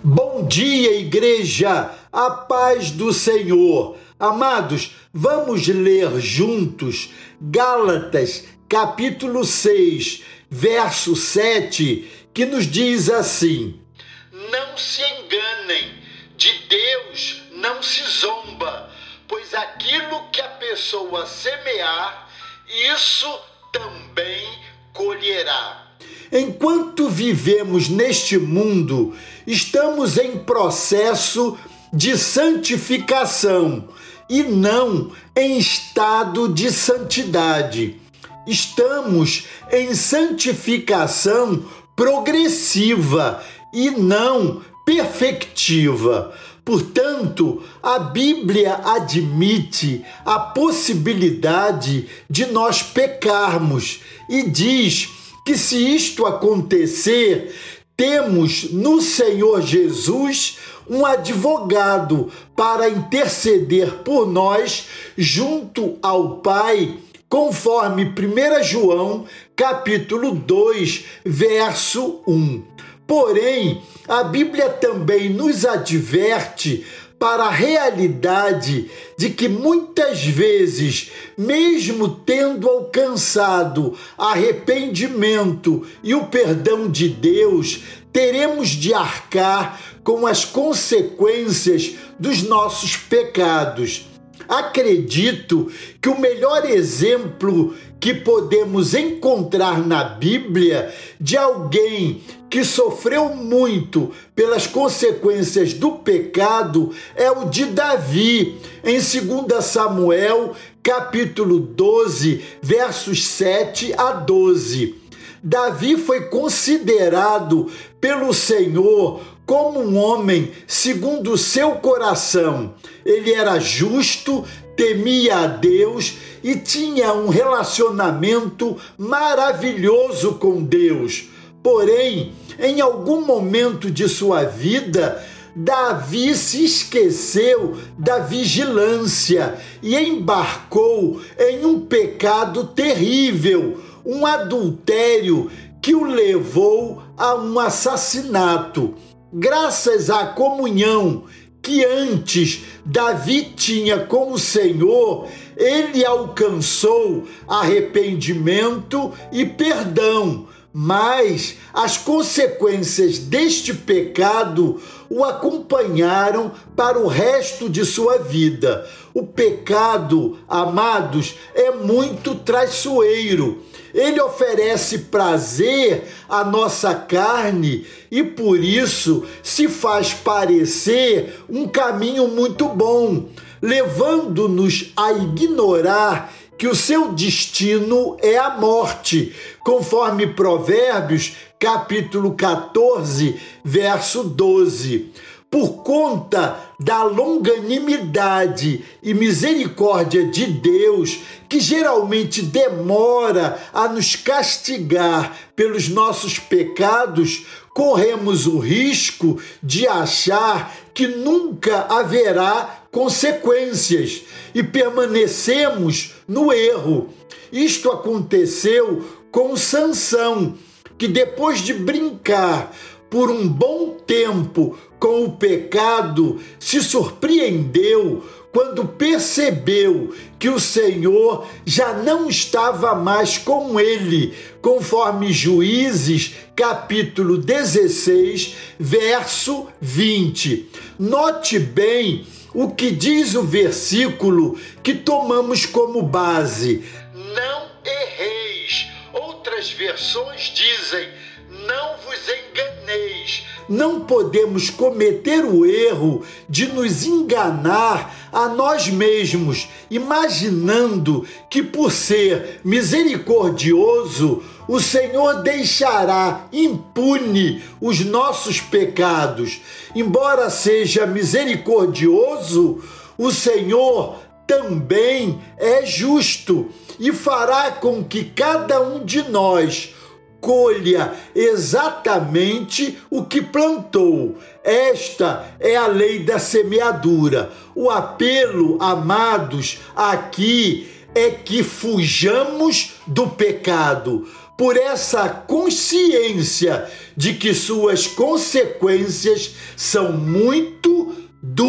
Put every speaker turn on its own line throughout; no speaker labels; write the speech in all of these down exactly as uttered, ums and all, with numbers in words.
Bom dia, igreja, a paz do Senhor. Amados, vamos ler juntos Gálatas, capítulo seis, verso sete, que nos diz assim: Não se enganem, de Deus não se zomba, pois aquilo que a pessoa semear, isso também colherá. Enquanto vivemos neste mundo, estamos em processo de santificação e não em estado de santidade. Estamos em santificação progressiva e não perfectiva. Portanto, a Bíblia admite a possibilidade de nós pecarmos e diz que, se isto acontecer, temos no Senhor Jesus um advogado para interceder por nós junto ao Pai, conforme primeiro João, capítulo dois, verso um. Porém, a Bíblia também nos adverte para a realidade de que muitas vezes, mesmo tendo alcançado arrependimento e o perdão de Deus, teremos de arcar com as consequências dos nossos pecados. Acredito que o melhor exemplo que podemos encontrar na Bíblia de alguém que sofreu muito pelas consequências do pecado é o de Davi, em dois Samuel, capítulo doze, versos sete a doze. Davi foi considerado pelo Senhor como um homem segundo o seu coração. Ele era justo, temia a Deus e tinha um relacionamento maravilhoso com Deus. Porém, em algum momento de sua vida, Davi se esqueceu da vigilância e embarcou em um pecado terrível, um adultério que o levou a um assassinato. Graças à comunhão que antes Davi tinha com o Senhor, ele alcançou arrependimento e perdão, mas as consequências deste pecado o acompanharam para o resto de sua vida. O pecado, amados, é muito traiçoeiro. Ele oferece prazer à nossa carne e, por isso, se faz parecer um caminho muito bom, levando-nos a ignorar que o seu destino é a morte, conforme Provérbios, capítulo quatorze, verso doze. Por conta da longanimidade e misericórdia de Deus, que geralmente demora a nos castigar pelos nossos pecados, corremos o risco de achar que nunca haverá consequências e permanecemos no erro. Isto aconteceu com Sansão, que depois de brincar por um bom tempo com o pecado, se surpreendeu quando percebeu que o Senhor já não estava mais com ele, conforme Juízes, capítulo dezesseis, verso vinte. Note bem o que diz o versículo que tomamos como base: não erreis. Outras versões dizem: não vos enganeis. Não podemos cometer o erro de nos enganar a nós mesmos, imaginando que, por ser misericordioso, o Senhor deixará impune os nossos pecados. Embora seja misericordioso, o Senhor também é justo e fará com que cada um de nós colha exatamente o que plantou. Esta é a lei da semeadura. O apelo, amados, aqui é que fujamos do pecado, por essa consciência de que suas consequências são muito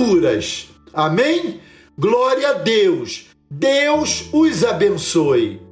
duras. Amém? Glória a Deus. Deus os abençoe.